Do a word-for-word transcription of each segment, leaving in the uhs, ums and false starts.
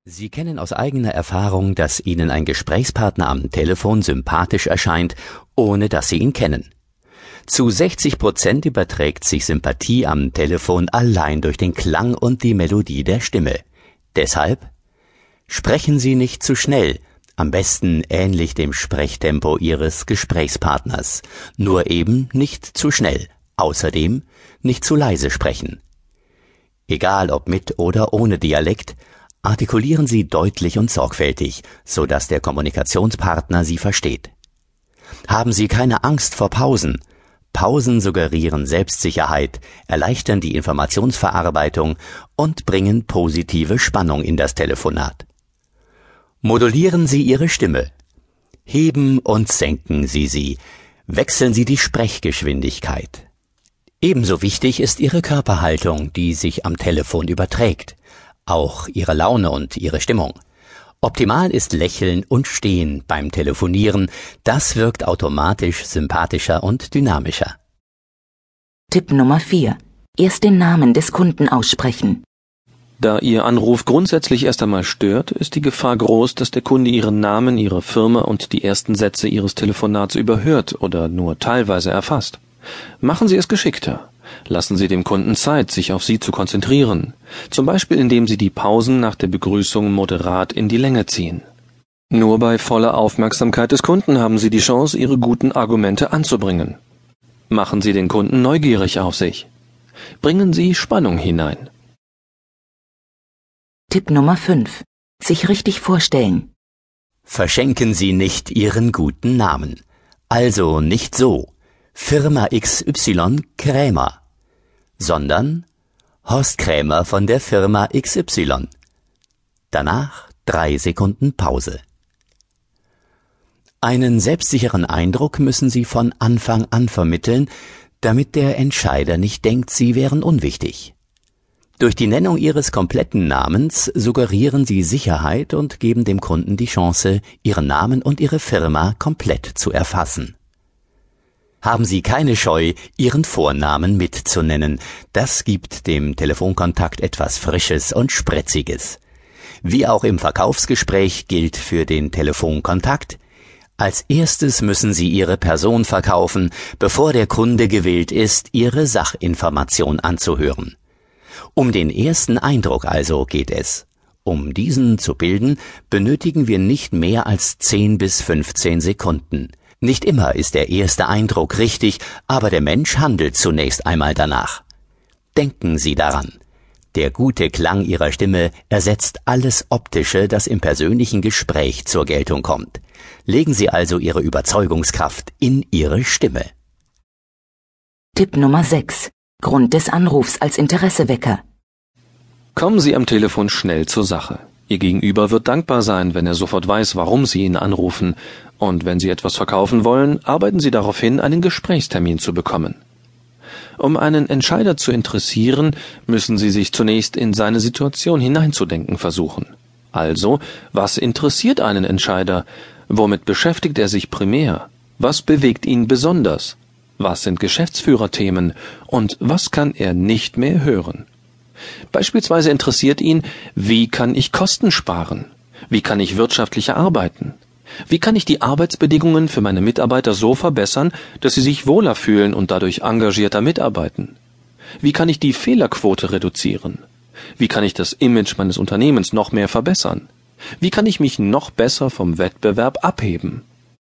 Sie kennen aus eigener Erfahrung, dass Ihnen ein Gesprächspartner am Telefon sympathisch erscheint, ohne dass Sie ihn kennen. Zu sechzig Prozent überträgt sich Sympathie am Telefon allein durch den Klang und die Melodie der Stimme. Deshalb sprechen Sie nicht zu schnell, am besten ähnlich dem Sprechtempo Ihres Gesprächspartners, nur eben nicht zu schnell, außerdem nicht zu leise sprechen. Egal ob mit oder ohne Dialekt, artikulieren Sie deutlich und sorgfältig, so dass der Kommunikationspartner Sie versteht. Haben Sie keine Angst vor Pausen. Pausen suggerieren Selbstsicherheit, erleichtern die Informationsverarbeitung und bringen positive Spannung in das Telefonat. Modulieren Sie Ihre Stimme. Heben und senken Sie sie. Wechseln Sie die Sprechgeschwindigkeit. Ebenso wichtig ist Ihre Körperhaltung, die sich am Telefon überträgt. Auch Ihre Laune und Ihre Stimmung. Optimal ist Lächeln und Stehen beim Telefonieren. Das wirkt automatisch sympathischer und dynamischer. Tipp Nummer vier. Erst den Namen des Kunden aussprechen. Da Ihr Anruf grundsätzlich erst einmal stört, ist die Gefahr groß, dass der Kunde Ihren Namen, Ihre Firma und die ersten Sätze Ihres Telefonats überhört oder nur teilweise erfasst. Machen Sie es geschickter. Lassen Sie dem Kunden Zeit, sich auf Sie zu konzentrieren, zum Beispiel indem Sie die Pausen nach der Begrüßung moderat in die Länge ziehen. Nur bei voller Aufmerksamkeit des Kunden haben Sie die Chance, Ihre guten Argumente anzubringen. Machen Sie den Kunden neugierig auf sich. Bringen Sie Spannung hinein. Tipp Nummer fünf. Sich richtig vorstellen. Verschenken Sie nicht Ihren guten Namen. Also nicht so: Firma X Y Krämer, sondern Horst Krämer von der Firma X Y. Danach drei Sekunden Pause. Einen selbstsicheren Eindruck müssen Sie von Anfang an vermitteln, damit der Entscheider nicht denkt, Sie wären unwichtig. Durch die Nennung Ihres kompletten Namens suggerieren Sie Sicherheit und geben dem Kunden die Chance, Ihren Namen und Ihre Firma komplett zu erfassen. Haben Sie keine Scheu, Ihren Vornamen mitzunennen. Das gibt dem Telefonkontakt etwas Frisches und Spritziges. Wie auch im Verkaufsgespräch gilt für den Telefonkontakt: Als erstes müssen Sie Ihre Person verkaufen, bevor der Kunde gewillt ist, Ihre Sachinformation anzuhören. Um den ersten Eindruck also geht es. Um diesen zu bilden, benötigen wir nicht mehr als zehn bis fünfzehn Sekunden. Nicht immer ist der erste Eindruck richtig, aber der Mensch handelt zunächst einmal danach. Denken Sie daran: Der gute Klang Ihrer Stimme ersetzt alles Optische, das im persönlichen Gespräch zur Geltung kommt. Legen Sie also Ihre Überzeugungskraft in Ihre Stimme. Tipp Nummer sechs. Grund des Anrufs als Interessewecker. Kommen Sie am Telefon schnell zur Sache. Ihr Gegenüber wird dankbar sein, wenn er sofort weiß, warum Sie ihn anrufen. Und wenn Sie etwas verkaufen wollen, arbeiten Sie darauf hin, einen Gesprächstermin zu bekommen. Um einen Entscheider zu interessieren, müssen Sie sich zunächst in seine Situation hineinzudenken versuchen. Also, was interessiert einen Entscheider? Womit beschäftigt er sich primär? Was bewegt ihn besonders? Was sind Geschäftsführerthemen? Und was kann er nicht mehr hören? Beispielsweise interessiert ihn: Wie kann ich Kosten sparen? Wie kann ich wirtschaftlicher arbeiten? Wie kann ich die Arbeitsbedingungen für meine Mitarbeiter so verbessern, dass sie sich wohler fühlen und dadurch engagierter mitarbeiten? Wie kann ich die Fehlerquote reduzieren? Wie kann ich das Image meines Unternehmens noch mehr verbessern? Wie kann ich mich noch besser vom Wettbewerb abheben?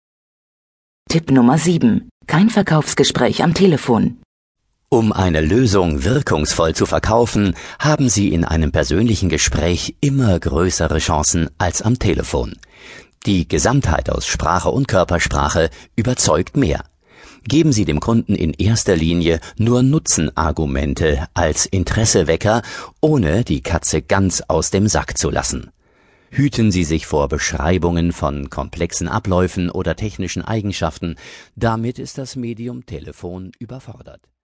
Tipp Nummer sieben. Kein Verkaufsgespräch am Telefon. Um eine Lösung wirkungsvoll zu verkaufen, haben Sie in einem persönlichen Gespräch immer größere Chancen als am Telefon. Die Gesamtheit aus Sprache und Körpersprache überzeugt mehr. Geben Sie dem Kunden in erster Linie nur Nutzenargumente als Interessewecker, ohne die Katze ganz aus dem Sack zu lassen. Hüten Sie sich vor Beschreibungen von komplexen Abläufen oder technischen Eigenschaften. Damit ist das Medium Telefon überfordert.